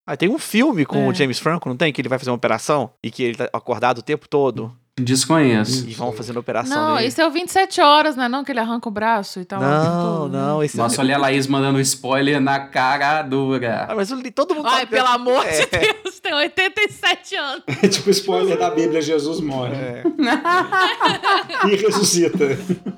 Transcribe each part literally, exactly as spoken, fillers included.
Ah, tem um filme com É. o James Franco, não tem? Que ele vai fazer uma operação e que ele tá acordado o tempo todo. Desconheço. E vão fazendo operação Não, nele. esse é o vinte e sete horas, né? Não, que ele arranca o braço e tal. Não, não, esse Nossa, olha a Laís mandando spoiler na cara dura. Ah, mas eu li- todo mundo Ai, sabe que- pelo amor É. de Deus, tem oitenta e sete anos. É tipo spoiler da Bíblia, Jesus morre. É. E ressuscita.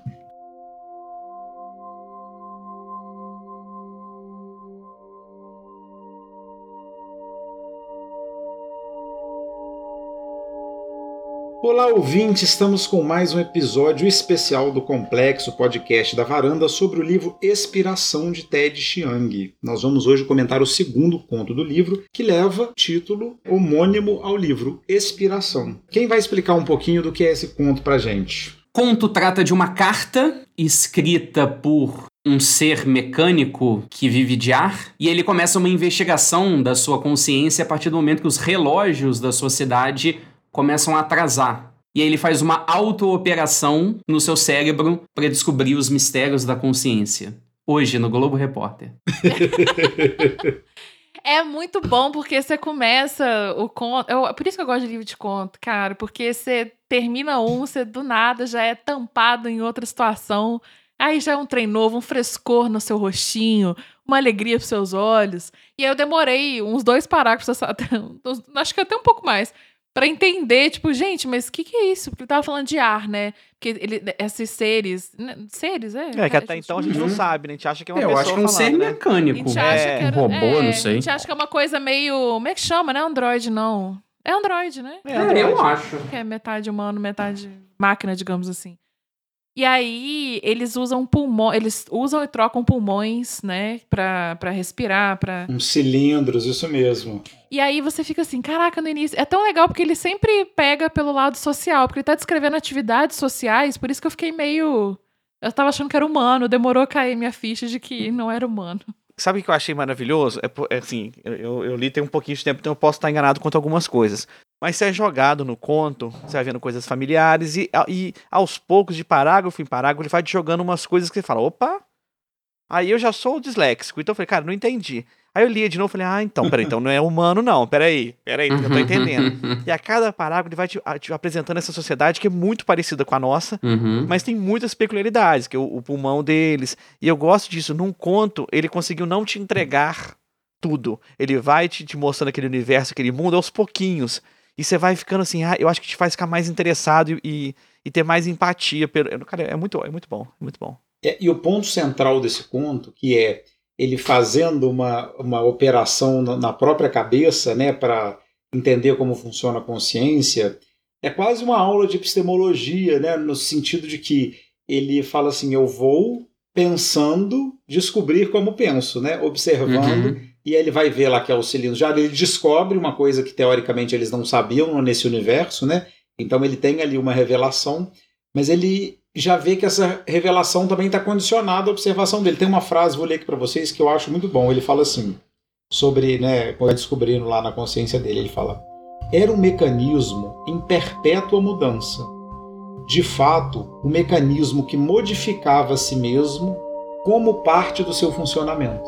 Olá, ouvinte! Estamos com mais um episódio especial do Complexo Podcast da Varanda sobre o livro Expiração de Ted Chiang. Nós vamos hoje comentar o segundo conto do livro, que leva título homônimo ao livro, Expiração. Quem vai explicar um pouquinho do que é esse conto pra gente? Conto trata de uma carta escrita por um ser mecânico que vive de ar, e ele começa uma investigação da sua consciência a partir do momento que os relógios da sociedade começam a atrasar. E aí ele faz uma auto-operação no seu cérebro para descobrir os mistérios da consciência. Hoje, no Globo Repórter. É muito bom porque você começa o conto. Eu, por isso que eu gosto de livro de conto, cara. Porque você termina um, você do nada já é tampado em outra situação. Aí já é um trem novo, um frescor no seu rostinho, uma alegria pros seus olhos. E aí eu demorei uns dois parágrafos, acho que até um pouco mais, pra entender, tipo, gente, mas o que que é isso? Porque ele tava falando de ar, né? Porque ele, esses seres... né? Seres, é? É, que até então a gente não sabe, né? A gente acha que é uma É, eu pessoa acho que é um falando, ser né? A mecânico. gente acha É, que era, um robô, é, não sei. A gente acha que é uma coisa meio... Como é que chama, né? Android, não. É Android, né? É, É, eu acho. Que é metade humano, metade máquina, digamos assim. E aí, eles usam pulmão, eles usam e trocam pulmões, né? Pra, pra respirar, pra... Uns cilindros, isso mesmo. E aí você fica assim, caraca, no início... É tão legal porque ele sempre pega pelo lado social, porque ele tá descrevendo atividades sociais, por isso que eu fiquei meio... Eu tava achando que era humano, demorou a cair minha ficha de que não era humano. Sabe o que eu achei maravilhoso? É, po- é assim, eu, eu- eu li tem um pouquinho de tempo, então eu posso estar enganado quanto a algumas coisas. Mas você é jogado no conto, você vai vendo coisas familiares, e, a- e aos poucos, de parágrafo em parágrafo, ele vai te jogando umas coisas que você fala, opa! Aí eu já sou disléxico, então eu falei, cara, não entendi. Aí eu lia de novo e falei, ah, então, peraí, então não é humano não, peraí, peraí, eu tô entendendo. E a cada parágrafo ele vai te, a- te apresentando essa sociedade que é muito parecida com a nossa, Uhum. mas tem muitas peculiaridades, que é o, o pulmão deles. E eu gosto disso. Num conto, ele conseguiu não te entregar tudo. Ele vai te, te mostrando aquele universo, aquele mundo aos pouquinhos. E você vai ficando assim, ah, eu acho que te faz ficar mais interessado e, e, e ter mais empatia. Pelo... Cara, é muito, é muito bom, é muito bom. É, e o ponto central desse conto, que é ele fazendo uma, uma operação na, na própria cabeça, né, para entender como funciona a consciência, é quase uma aula de epistemologia, né, no sentido de que ele fala assim, eu vou pensando, descobrir como penso, né, observando, Uhum. e aí ele vai ver lá que é o cilindro. Já ele descobre uma coisa que teoricamente eles não sabiam nesse universo, né, então ele tem ali uma revelação, mas ele já vê que essa revelação também está condicionada à observação dele. Tem uma frase, vou ler aqui para vocês, que eu acho muito bom. Ele fala assim, sobre, né, vai descobrindo lá na consciência dele, ele fala, era um mecanismo em perpétua mudança. De fato, um mecanismo que modificava a si mesmo como parte do seu funcionamento.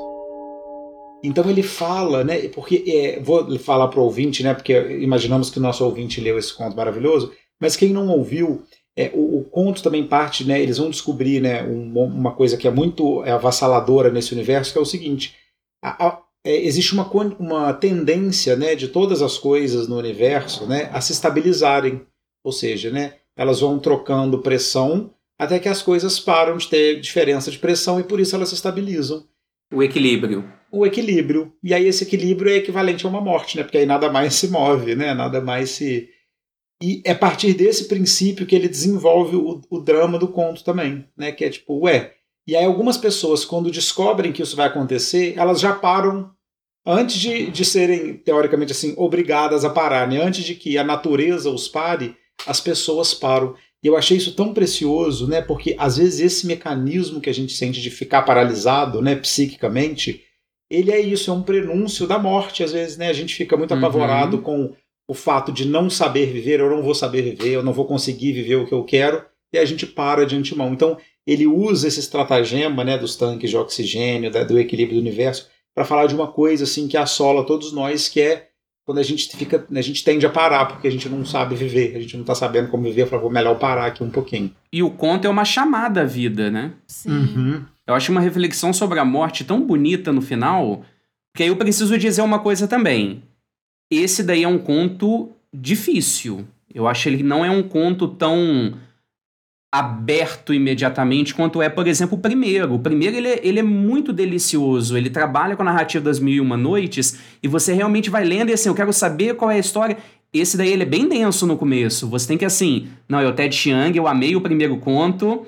Então ele fala, né, porque, é, vou falar para o ouvinte, né, porque imaginamos que o nosso ouvinte leu esse conto maravilhoso, mas quem não ouviu, É, o, o conto também parte, né, eles vão descobrir, né, um, uma coisa que é muito avassaladora nesse universo, que é o seguinte, a, a, é, existe uma, uma tendência, né, de todas as coisas no universo, né, a se estabilizarem, ou seja, né, elas vão trocando pressão até que as coisas param de ter diferença de pressão e por isso elas se estabilizam. O equilíbrio. O equilíbrio. E aí esse equilíbrio é equivalente a uma morte, né, porque aí nada mais se move, né, nada mais se... E é a partir desse princípio que ele desenvolve o, o drama do conto também, né? Que é tipo, ué. E aí algumas pessoas, quando descobrem que isso vai acontecer, elas já param antes de, de serem, teoricamente assim, obrigadas a parar, né? Antes de que a natureza os pare, as pessoas param. E eu achei isso tão precioso, né? Porque às vezes esse mecanismo que a gente sente de ficar paralisado, né, psiquicamente, ele é isso, é um prenúncio da morte. Às vezes, né, a gente fica muito apavorado Uhum. com o fato de não saber viver, eu não vou saber viver, eu não vou conseguir viver o que eu quero, e a gente para de antemão. Então, ele usa esse estratagema, né, dos tanques de oxigênio, da, do equilíbrio do universo, para falar de uma coisa assim que assola todos nós, que é quando a gente fica, a gente tende a parar, porque a gente não sabe viver, a gente não tá sabendo como viver, eu falo, vou melhor parar aqui um pouquinho. E o conto é uma chamada à vida, né? Sim. Uhum. Eu acho uma reflexão sobre a morte tão bonita no final, que aí eu preciso dizer uma coisa também. Esse daí é um conto difícil. Eu acho que ele não é um conto tão aberto imediatamente quanto é, por exemplo, o primeiro. O primeiro, ele é, ele é muito delicioso. Ele trabalha com a narrativa das Mil e Uma Noites e você realmente vai lendo e assim, eu quero saber qual é a história. Esse daí, ele é bem denso no começo. Você tem que assim, não, é o Ted Chiang, eu amei o primeiro conto,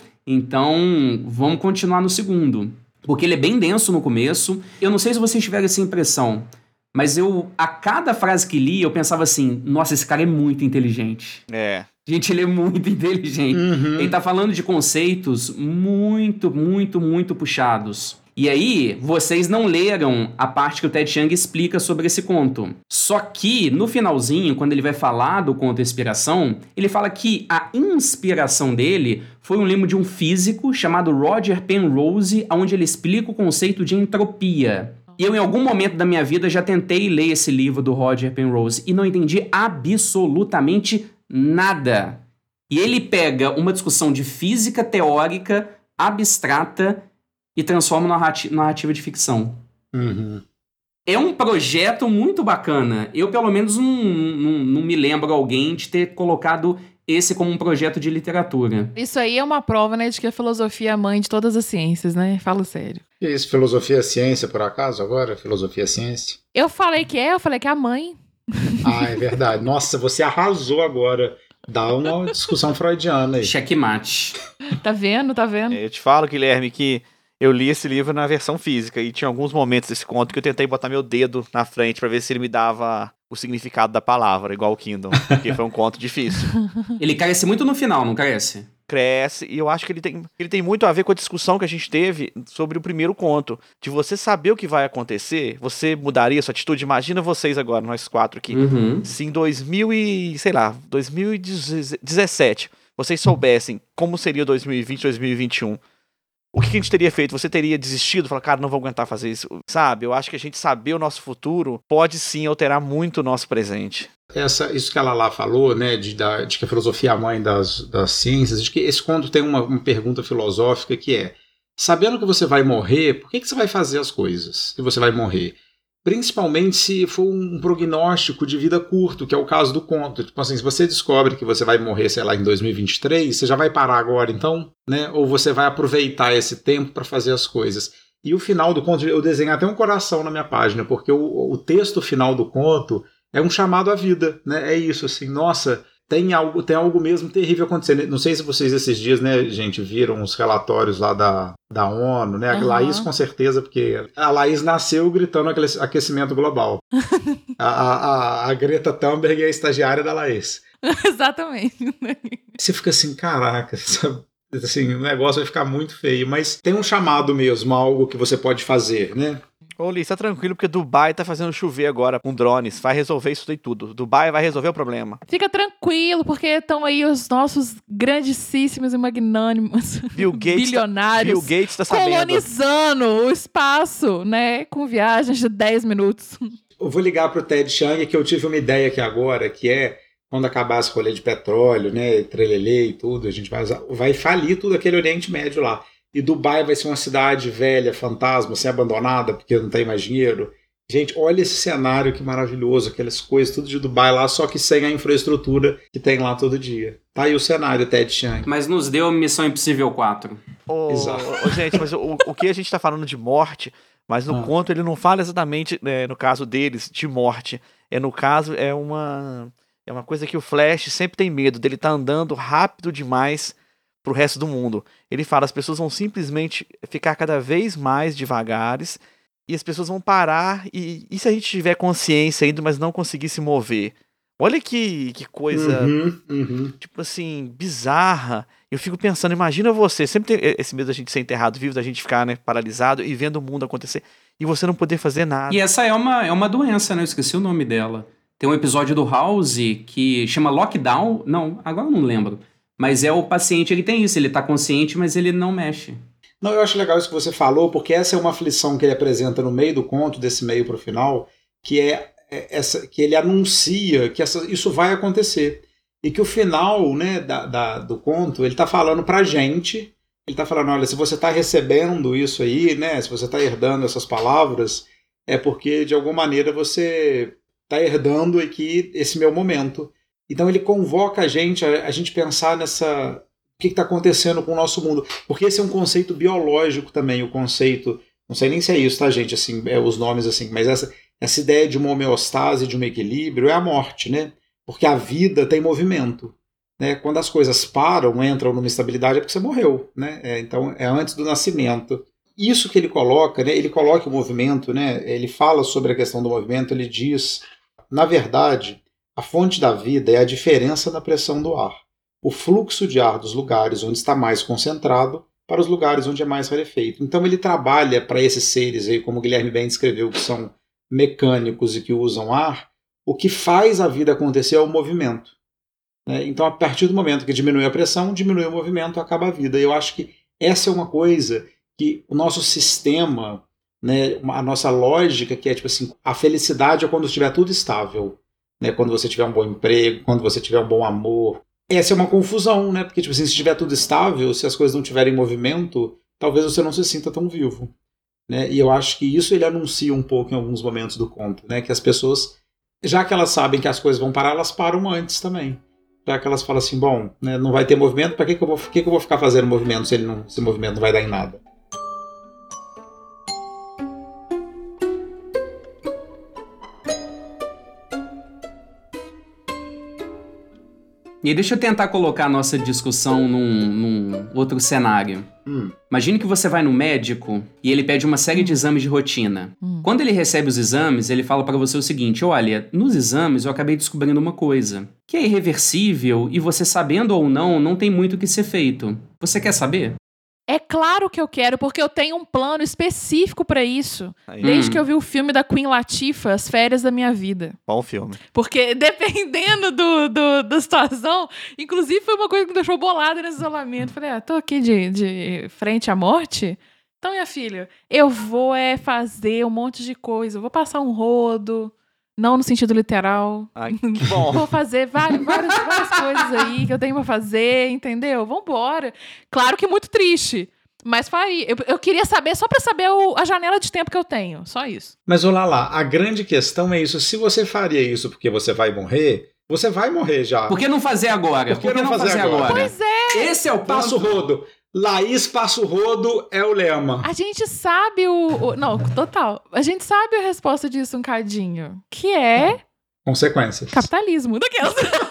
então vamos continuar no segundo. Porque ele é bem denso no começo. Eu não sei se vocês tiveram essa impressão, mas eu, a cada frase que li, eu pensava assim, nossa, esse cara é muito inteligente. É. Gente, ele é muito inteligente. Uhum. Ele tá falando de conceitos muito, muito, muito puxados. E aí, vocês não leram a parte que o Ted Chiang explica sobre esse conto. Só que, no finalzinho, quando ele vai falar do conto Inspiração, ele fala que a inspiração dele foi um livro de um físico chamado Roger Penrose, onde ele explica o conceito de entropia. E eu, em algum momento da minha vida, já tentei ler esse livro do Roger Penrose e não entendi absolutamente nada. E ele pega uma discussão de física teórica, abstrata, e transforma na narrativa de ficção. Uhum. É um projeto muito bacana. Eu, pelo menos, não, não, não me lembro alguém de ter colocado esse como um projeto de literatura. Isso aí é uma prova, né, de que a filosofia é a mãe de todas as ciências, né? Falo sério. E isso, filosofia é ciência, por acaso, agora? Filosofia é ciência? Eu falei que é, eu falei que é a mãe. Ah, é verdade. Nossa, você arrasou agora. Dá uma discussão freudiana aí. Checkmate. Tá vendo, tá vendo? Eu te falo, Guilherme, que eu li esse livro na versão física e tinha alguns momentos desse conto que eu tentei botar meu dedo na frente pra ver se ele me dava o significado da palavra, igual o Kindle, porque foi um conto difícil. Ele cresce muito no final, não cresce? Cresce, e eu acho que ele tem, ele tem muito a ver com a discussão que a gente teve sobre o primeiro conto. De você saber o que vai acontecer, você mudaria sua atitude? Imagina vocês agora, nós quatro aqui. Uhum. Se em dois mil e, sei lá, dois mil e dezessete, vocês soubessem como seria dois mil e vinte, dois mil e vinte e um, o que a gente teria feito? Você teria desistido? Falar, cara, não vou aguentar fazer isso. Sabe? Eu acho que a gente saber o nosso futuro pode sim alterar muito o nosso presente. Essa, isso que a Lala falou, né, de, da, de que a filosofia é a mãe das, das ciências, de que esse conto tem uma, uma pergunta filosófica que é, sabendo que você vai morrer, por que, que você vai fazer as coisas se você vai morrer? Principalmente se for um prognóstico de vida curto, que é o caso do conto. Tipo assim, se você descobre que você vai morrer, sei lá, em dois mil e vinte e três, você já vai parar agora então? Né? Ou você vai aproveitar esse tempo para fazer as coisas? E o final do conto, eu desenhei até um coração na minha página, porque o, o texto final do conto é um chamado à vida, né? É isso, assim, nossa, tem algo, tem algo mesmo terrível acontecendo. Não sei se vocês esses dias, né, gente, viram os relatórios lá da, da ONU, né? A Uhum. Laís com certeza, porque a Laís nasceu gritando aquecimento global. a, a, a Greta Thunberg é a estagiária da Laís. Exatamente. Você fica assim, caraca, sabe? Assim, o negócio vai ficar muito feio, mas tem um chamado mesmo, algo que você pode fazer, né? Ô, Liz, tá tranquilo, porque Dubai tá fazendo chover agora com drones. Vai resolver isso daí tudo. Dubai vai resolver o problema. Fica tranquilo, porque estão aí os nossos grandíssimos e magnânimos Bill Gates bilionários Bill Gates tá sabendo. colonizando o espaço, né? Com viagens de dez minutos. Eu vou ligar pro Ted Chiang, que eu tive uma ideia aqui agora, que é quando acabar esse rolê de petróleo, né, trelelê e tudo, a gente vai, usar, vai falir tudo aquele Oriente Médio lá. E Dubai vai ser uma cidade velha, fantasma, assim, abandonada, porque não tem mais dinheiro. Gente, olha esse cenário que maravilhoso, aquelas coisas, tudo de Dubai lá, só que sem a infraestrutura que tem lá todo dia. Tá aí o cenário, Ted Chiang. Mas nos deu Missão Impossível quatro. Ô, Exato. ô, gente, mas o, o que a gente tá falando de morte, mas no Ah. conto ele não fala exatamente, né, no caso deles, de morte. É no caso, é uma, é uma coisa que o Flash sempre tem medo, dele tá andando rápido demais pro resto do mundo. Ele fala, as pessoas vão simplesmente ficar cada vez mais devagares e as pessoas vão parar e, e se a gente tiver consciência ainda, mas não conseguir se mover? Olha que, que coisa, Uhum, uhum. tipo assim, bizarra. Eu fico pensando, imagina você, sempre tem esse medo da gente ser enterrado vivo, da gente ficar, né, paralisado e vendo o mundo acontecer e você não poder fazer nada. E essa é uma, é uma doença, né? Eu esqueci o nome dela. Tem um episódio do House que chama Lockdown. Não, agora eu não lembro. Mas é o paciente, ele tem isso, ele tá consciente, mas ele não mexe. Não, eu acho legal isso que você falou, porque essa é uma aflição que ele apresenta no meio do conto, desse meio pro final, que é essa, que ele anuncia que essa, isso vai acontecer. E que o final, né, da, da, do conto, ele tá falando pra gente, ele tá falando, olha, se você tá recebendo isso aí, né, se você tá herdando essas palavras, é porque de alguma maneira você tá herdando aqui esse meu momento. Então ele convoca a gente, a, a gente pensar nessa... O que está acontecendo com o nosso mundo? Porque esse é um conceito biológico também, o conceito, não sei nem se é isso, tá, gente, assim, é, os nomes assim, mas essa, essa ideia de uma homeostase, de um equilíbrio, é a morte, né? Porque a vida tem movimento, né? Quando as coisas param, entram numa estabilidade, é porque você morreu, né? É, então é antes do nascimento. Isso que ele coloca, né? Ele coloca o movimento, né? Ele fala sobre a questão do movimento, ele diz, na verdade, a fonte da vida é a diferença na pressão do ar. O fluxo de ar dos lugares onde está mais concentrado para os lugares onde é mais rarefeito. Então ele trabalha para esses seres, aí, como o Guilherme bem descreveu, que são mecânicos e que usam ar, o que faz a vida acontecer é o movimento. Né? Então a partir do momento que diminui a pressão, diminui o movimento, acaba a vida. E eu acho que essa é uma coisa que o nosso sistema, né, a nossa lógica, que é tipo assim, a felicidade é quando estiver tudo estável. Né? Quando você tiver um bom emprego, quando você tiver um bom amor. Essa é uma confusão, né? Porque tipo assim, se estiver tudo estável, se as coisas não estiverem em movimento, talvez você não se sinta tão vivo. Né? E eu acho que isso ele anuncia um pouco em alguns momentos do conto, né? Que as pessoas, já que elas sabem que as coisas vão parar, elas param antes também. Já que elas falam assim, bom, né, não vai ter movimento, para que, que, eu vou, que, que eu vou ficar fazendo movimento se ele não, esse movimento não vai dar em nada? E aí deixa eu tentar colocar a nossa discussão num, num outro cenário. Hum. Imagine que você vai no médico e ele pede uma série de exames de rotina. Hum. Quando ele recebe os exames, ele fala pra você o seguinte, olha, nos exames eu acabei descobrindo uma coisa, que é irreversível e você sabendo ou não, não tem muito o que ser feito. Você quer saber? É claro que eu quero, porque eu tenho um plano específico pra isso. Aí. Desde Hum. que eu vi o filme da Queen Latifah, As Férias da Minha Vida. Bom filme. Porque dependendo do, do, da situação, inclusive foi uma coisa que me deixou bolada nesse isolamento. Falei, ah, tô aqui de, de frente à morte. Então, minha filha, eu vou é, fazer um monte de coisa. Eu vou passar um rodo, não no sentido literal. Ai, que bom. Vou fazer várias, várias, várias coisas aí que eu tenho pra fazer, entendeu? Vambora. Claro que muito triste. Mas faria. Eu, eu queria saber, só pra saber o, a janela de tempo que eu tenho. Só isso. Mas olha lá, a grande questão é isso. Se você faria isso porque você vai morrer, você vai morrer já. Por que não fazer agora? Por que não fazer agora? Pois é. Esse é o ponto. Passo rodo. Laís Passo Rodo é o lema. A gente sabe o, o... Não, total. A gente sabe a resposta disso um cadinho. Que é... Consequências. capitalismo. Daquelas...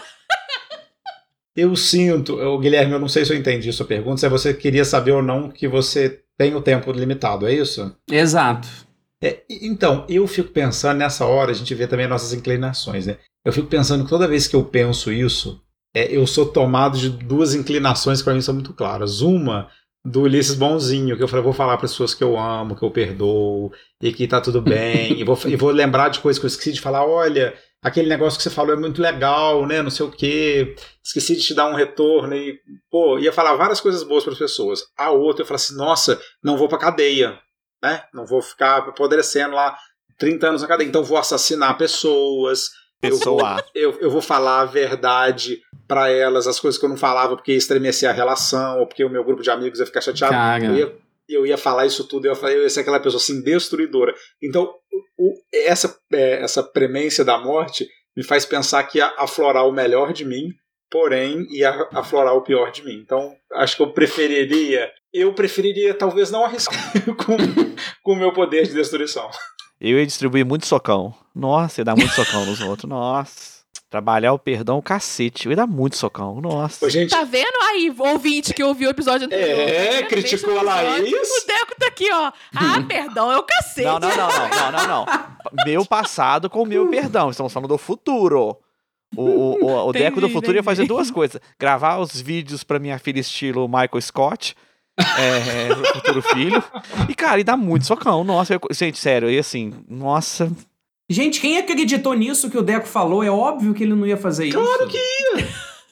Eu sinto, eu, Guilherme, eu não sei se eu entendi sua pergunta, se você queria saber ou não que você tem o tempo limitado, é isso? Exato. É, então, eu fico pensando, nessa hora, a gente vê também nossas inclinações, né? Eu fico pensando que toda vez que eu penso isso, é, eu sou tomado de duas inclinações que para mim são muito claras. Uma, do Ulisses bonzinho, que eu falei, vou falar para as pessoas que eu amo, que eu perdoo, e que tá tudo bem, e, vou, e vou lembrar de coisas que eu esqueci de falar, olha, aquele negócio que você falou é muito legal, né, não sei o quê, esqueci de te dar um retorno, e, pô, ia falar várias coisas boas para as pessoas. A outra, eu falo assim, nossa, não vou pra cadeia, né, não vou ficar apodrecendo lá trinta anos na cadeia, então vou assassinar pessoas, Pessoa. eu, eu, eu vou falar a verdade pra elas, as coisas que eu não falava porque ia estremecer a relação, ou porque o meu grupo de amigos ia ficar chateado. Cara. Eu ia, eu ia falar isso tudo, eu ia, eu ia ser aquela pessoa assim, destruidora. Então, o, essa, é, essa premência da morte me faz pensar que ia aflorar o melhor de mim, porém ia aflorar o pior de mim. Então, acho que eu preferiria, eu preferiria talvez não arriscar com, com o meu poder de destruição. Eu ia distribuir muito socão. Nossa, ia dar muito socão nos outros. Nossa. Trabalhar o perdão, cacete. Eu ia dar muito socão. Nossa. Ô, gente, Tá vendo aí, ouvinte que ouviu o episódio anterior? É, Tá criticou vendo? a Episódio, Laís. O Deco tá aqui, ó. Ah, perdão, é o cacete. Não, não, não, não, não, não, não. Meu passado com o meu perdão. Estamos falando do futuro. O, o, o, o Deco do Entendi, futuro ia fazer entendi. duas coisas. Gravar os vídeos pra minha filha estilo Michael Scott. É, meu futuro filho. E, cara, e dá muito socão. Nossa, eu, gente, sério. E assim, nossa. Gente, quem acreditou nisso que o Deco falou? É óbvio que ele não ia fazer isso. Claro que ia.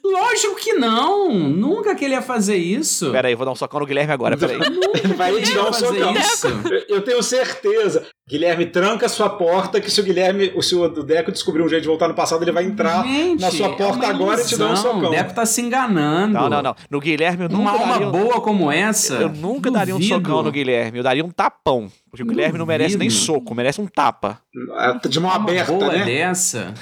Lógico que não! Nunca que ele ia fazer isso. Pera aí, vou dar um socão no Guilherme agora, pera aí. Ele vai te dar um socão. Isso. Eu tenho certeza. Guilherme, tranca a sua porta, que se o Guilherme, o senhor do Deco descobrir um jeito de voltar no passado, ele vai entrar Gente, na sua porta é agora e te dar um socão. O Deco tá se enganando. Não, não, não. No Guilherme eu nunca Uma alma daria... boa como essa. Eu nunca daria um duvido. socão no Guilherme. Eu daria um tapão. Porque o Guilherme não merece nem Duvido. soco, merece um tapa. De mão Uma aberta, boa né? dessa.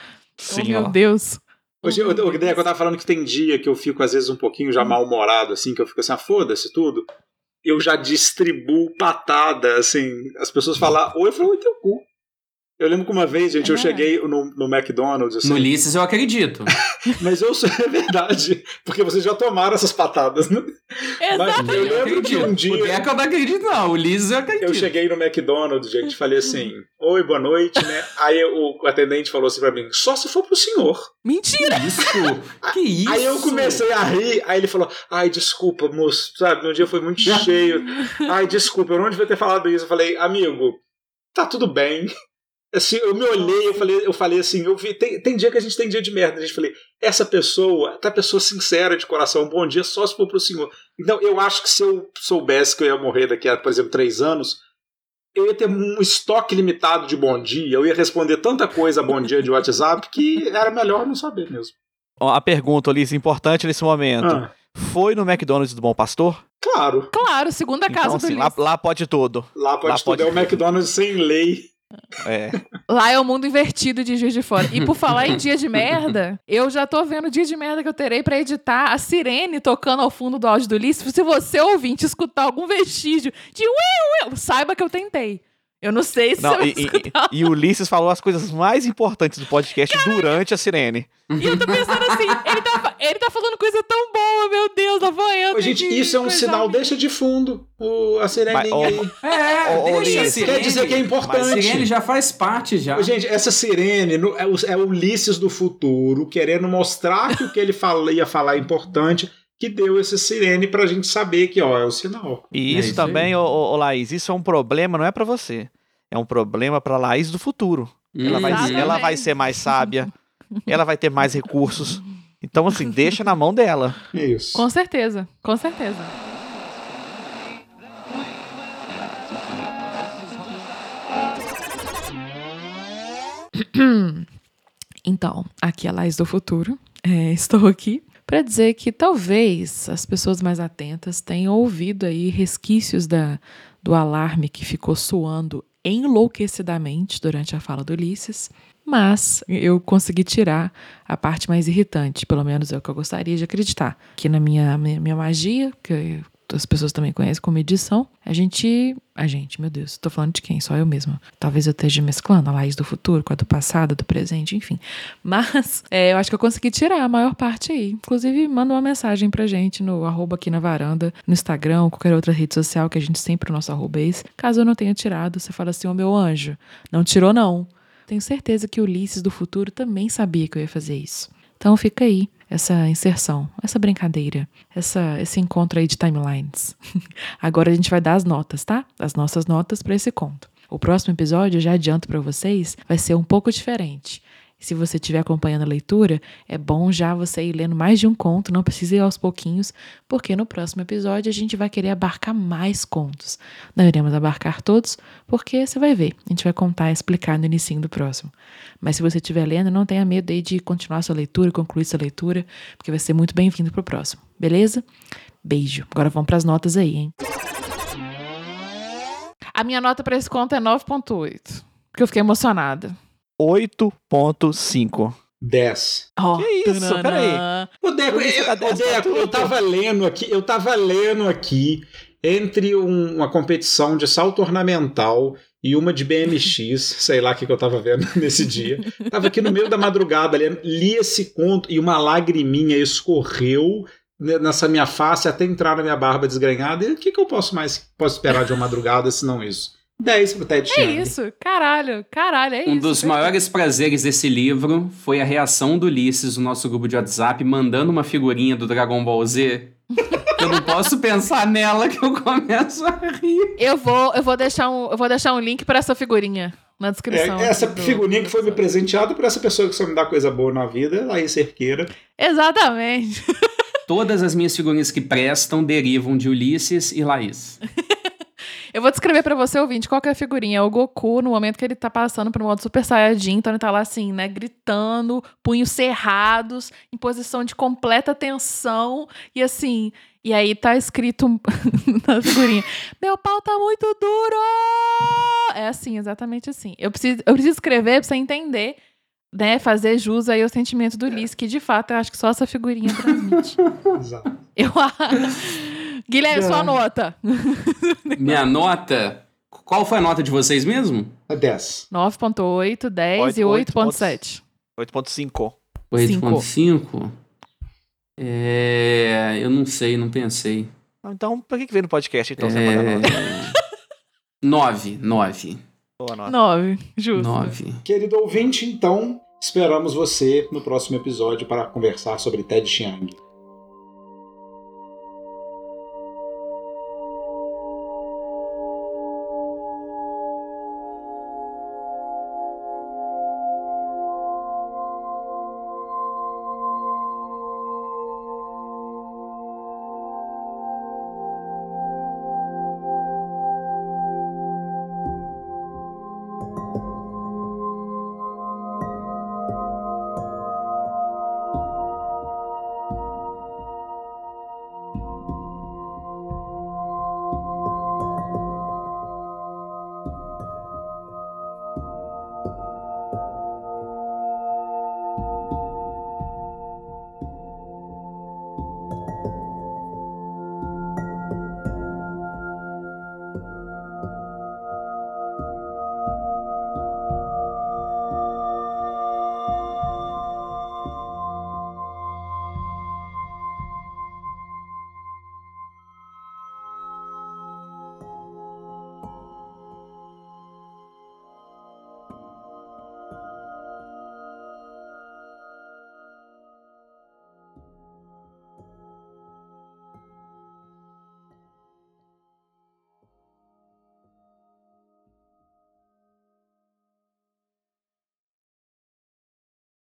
Oh, meu Deus. Hoje, o o Deco, eu tava falando que tem dia que eu fico, às vezes, um pouquinho já mal-humorado, assim, que eu fico assim, ah, foda-se tudo. Eu já distribuo patada, assim, as pessoas falam, oi, eu falo, oi, teu cu. Eu lembro que uma vez, gente, É. eu cheguei no, no McDonald's, assim, No Ulisses eu acredito. mas eu sou, é verdade, porque vocês já tomaram essas patadas, né? Mas Exato. eu lembro que um O dia Deco eu não acredito, não. O Ulisses eu acredito. eu cheguei no McDonald's, gente, falei assim, oi, boa noite, né? Aí o atendente falou assim pra mim, só se for pro senhor. Mentira! Isso? Que isso? Aí eu comecei a rir, aí ele falou, ai, desculpa, moço, sabe, meu dia foi muito cheio, ai, desculpa, eu não devia ter falado isso. Eu falei, amigo, tá tudo bem. Assim, eu me olhei, eu falei, eu falei assim, eu vi, tem, tem dia que a gente tem dia de merda, a gente falei, essa pessoa, tá pessoa sincera de coração, um bom dia só se for pro senhor. Então, eu acho que se eu soubesse que eu ia morrer daqui a, por exemplo, três anos, eu ia ter um estoque limitado de bom dia, eu ia responder tanta coisa a bom dia de WhatsApp que era melhor não saber mesmo. Ó, a pergunta, Ulisses, importante nesse momento. Ah, Foi no McDonald's do Bom Pastor? claro, Claro, segunda casa Então, do assim, Ulisses. lá, lá pode tudo. lá pode Lá tudo, pode é o tudo. McDonald's sem lei. É. Lá é o mundo invertido de Juiz de Fora. E por falar em dia de merda, eu já tô vendo o dia de merda que eu terei pra editar a sirene tocando ao fundo do áudio do Ulisses. Se você, ouvinte, escutar algum vestígio de ué, ué, saiba que eu tentei. Eu não sei se Não, você vai e, e, escutar. e o Ulisses falou as coisas mais importantes do podcast durante a sirene. E eu tô pensando assim, ele tá, ele tá falando coisa tão boa, meu Deus, a voz. Ô, gente, isso é um sinal, deixa de fundo o, a sireninha Mas, ó, aí. É, Ô, ô, deixa a Ulisses, sirene. Quer dizer que é A importante. sirene já faz parte, já. Ô, gente, essa sirene no- é o, é o Ulisses do futuro querendo mostrar que o que ele fala, ia falar é importante, que deu essa sirene pra gente saber que, ó, é o sinal. E É isso isso também, aí. ô, ô, ô, Laís, isso é um problema, não é pra você. É um problema pra Laís do futuro. Ela vai, Exatamente. ela vai ser mais sábia, ela vai ter mais recursos. Então, assim, deixa na mão dela. Isso. Com certeza, com certeza. Então, aqui é a Laís do Futuro. É, estou aqui para dizer que talvez as pessoas mais atentas tenham ouvido aí resquícios da, do alarme que ficou soando enlouquecidamente durante a fala do Ulisses, mas eu consegui tirar a parte mais irritante, pelo menos é o que eu gostaria de acreditar. Que na minha, minha, minha magia, que as pessoas também conhecem como edição, a gente... A gente, meu Deus, tô falando de quem? Só eu mesma. Talvez eu esteja mesclando a Laís do futuro com a do passado, do presente, enfim. Mas é, eu acho que eu consegui tirar a maior parte aí. Inclusive, manda uma mensagem pra gente no arroba aqui na varanda, no Instagram ou qualquer outra rede social, que a gente sempre o nosso arroba é esse. Caso eu não tenha tirado, você fala assim, ô meu anjo, não tirou não. Tenho certeza que o Ulisses do futuro também sabia que eu ia fazer isso. Então fica aí essa inserção, essa brincadeira, essa, esse encontro aí de timelines. Agora a gente vai dar as notas, tá? As nossas notas para esse conto. O próximo episódio, eu já adianto para vocês, vai ser um pouco diferente. Se você estiver acompanhando a leitura, é bom já você ir lendo mais de um conto, não precisa ir aos pouquinhos, porque no próximo episódio a gente vai querer abarcar mais contos. Não iremos abarcar todos, porque você vai ver, a gente vai contar e explicar no inicinho do próximo. Mas se você estiver lendo, não tenha medo aí de continuar sua leitura, concluir sua leitura, porque vai ser muito bem-vindo pro próximo, beleza? Beijo. Agora vamos pras notas aí, hein? A minha nota para esse conto é nove ponto oito, porque eu fiquei emocionada. oito ponto cinco. dez. Oh, Que isso? tanana. Peraí. O Deco, Por isso eu, dá o dez pra Deco, eu tudo. tava lendo aqui, eu tava lendo aqui entre um- uma competição de salto ornamental e uma de B M X, sei lá o que, que eu tava vendo nesse dia. Tava aqui no meio da madrugada, lendo, li esse conto e uma lagriminha escorreu nessa minha face até entrar na minha barba desgrenhada. E o que, que eu posso mais posso esperar de uma madrugada se não isso? dez pro Ted É Chiang. isso, caralho, caralho, é isso. Um dos perfeito. maiores prazeres desse livro foi a reação do Ulisses no nosso grupo de WhatsApp mandando uma figurinha do Dragon Ball Z. Eu não posso pensar nela que eu começo a rir. Eu vou, eu vou deixar um, eu vou deixar um link para essa figurinha. na descrição. É, essa do, figurinha do que foi me presenteada por essa pessoa que só me dá coisa boa na vida, Laís Cerqueira. Exatamente. Todas as minhas figurinhas que prestam derivam de Ulisses e Laís. Eu vou descrever pra você, ouvinte, qual que é a figurinha. É o Goku, no momento que ele tá passando pro modo Super Saiyajin, então ele tá lá assim, né, gritando, punhos cerrados, em posição de completa tensão, e assim, e aí tá escrito na figurinha, meu pau tá muito duro! É assim, exatamente assim. Eu preciso, eu preciso escrever pra você entender, né, fazer jus aí ao sentimento do Ulisses, que de fato eu acho que só essa figurinha transmite. Exato. Eu Guilherme, sua nota. Minha nota... Qual foi a nota de vocês mesmo? É dez. nove ponto oito, dez e oito ponto sete. oito ponto cinco. oito ponto cinco? É... Eu não sei, não pensei. Então, pra que que veio no podcast? Então, você É... pode dar nota? nove, nove. Boa nota. nove, justo. nove. Querido ouvinte, então, esperamos você no próximo episódio para conversar sobre Ted Chiang.